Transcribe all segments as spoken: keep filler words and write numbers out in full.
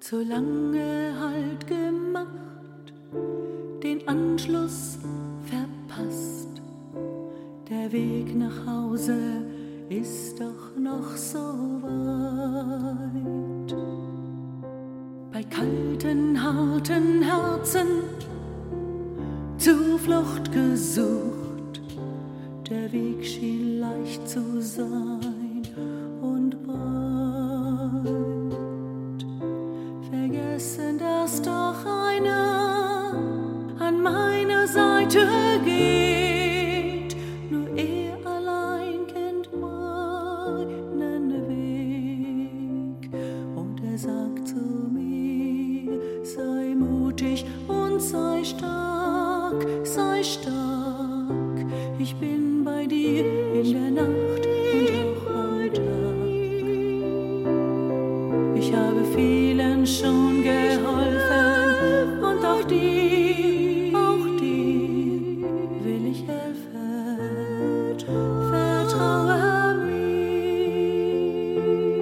zu lange Halt gemacht, den Anschluss verpasst. Der Weg nach Hause ist doch noch so weit. Bei kalten, harten Herzen Zuflucht gesucht, der Weg schien leicht zu sein und breit. Vergessen, dass doch einer an meiner Seite geht, nur er allein kennt meinen Weg. Und er sagt zu mir, sei mutig und sei stark, sei stark, ich bin bei dir in der Nacht und auch am Tag. Ich habe vielen schon geholfen und auch dir, auch dir will ich helfen. Vertraue mir.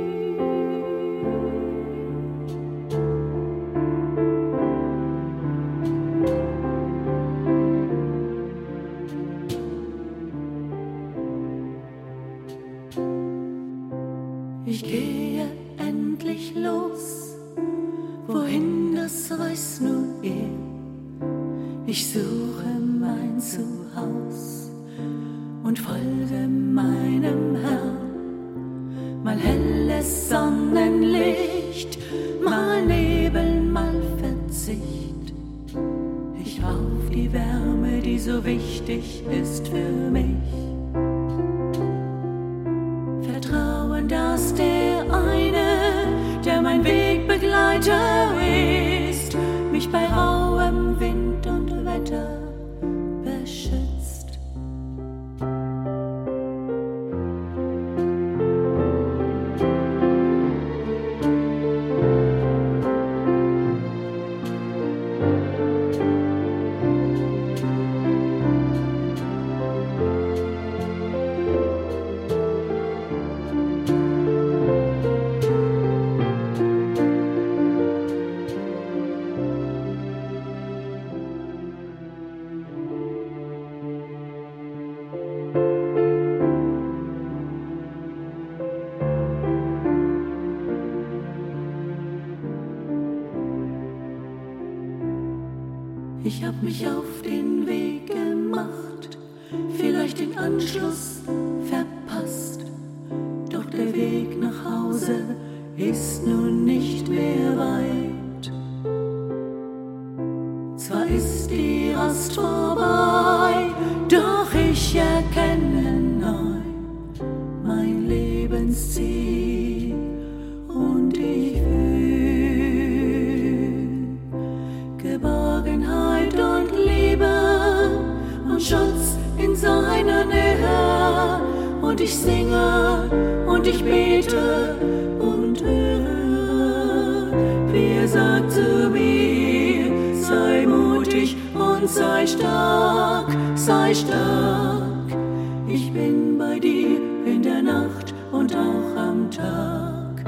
Ich gehe endlich los, wohin, das weiß nur er. Ich suche mein Zuhause und folge meinem Herrn. Mal helles Sonnenlicht, mal Nebel, mal Verzicht. Ich auf die Wärme, die so wichtig ist für mich. Vertrauen, dass der eine, der mein Wegbegleiter ist, mich bei rauem Wind und Wetter beschützt. Ich hab mich auf den Weg gemacht, vielleicht den Anschluss verpasst. Doch der Weg nach Hause ist nun nicht mehr weit. Zwar ist die Rast vorbei, doch ich erkenne neu mein Lebensziel und ich will Geborgenheit und Liebe und Schutz in seiner Nähe. Und ich singe und ich bete und höre, wie er sagt zu mir, sei mutig und sei stark, sei stark. Ich bin bei dir in der Nacht und auch am Tag.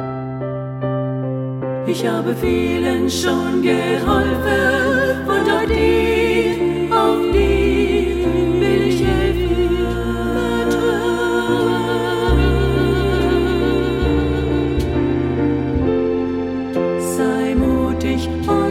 Ich habe vielen schon geholfen und auch dir, auch dir will ich helfen. Sei mutig und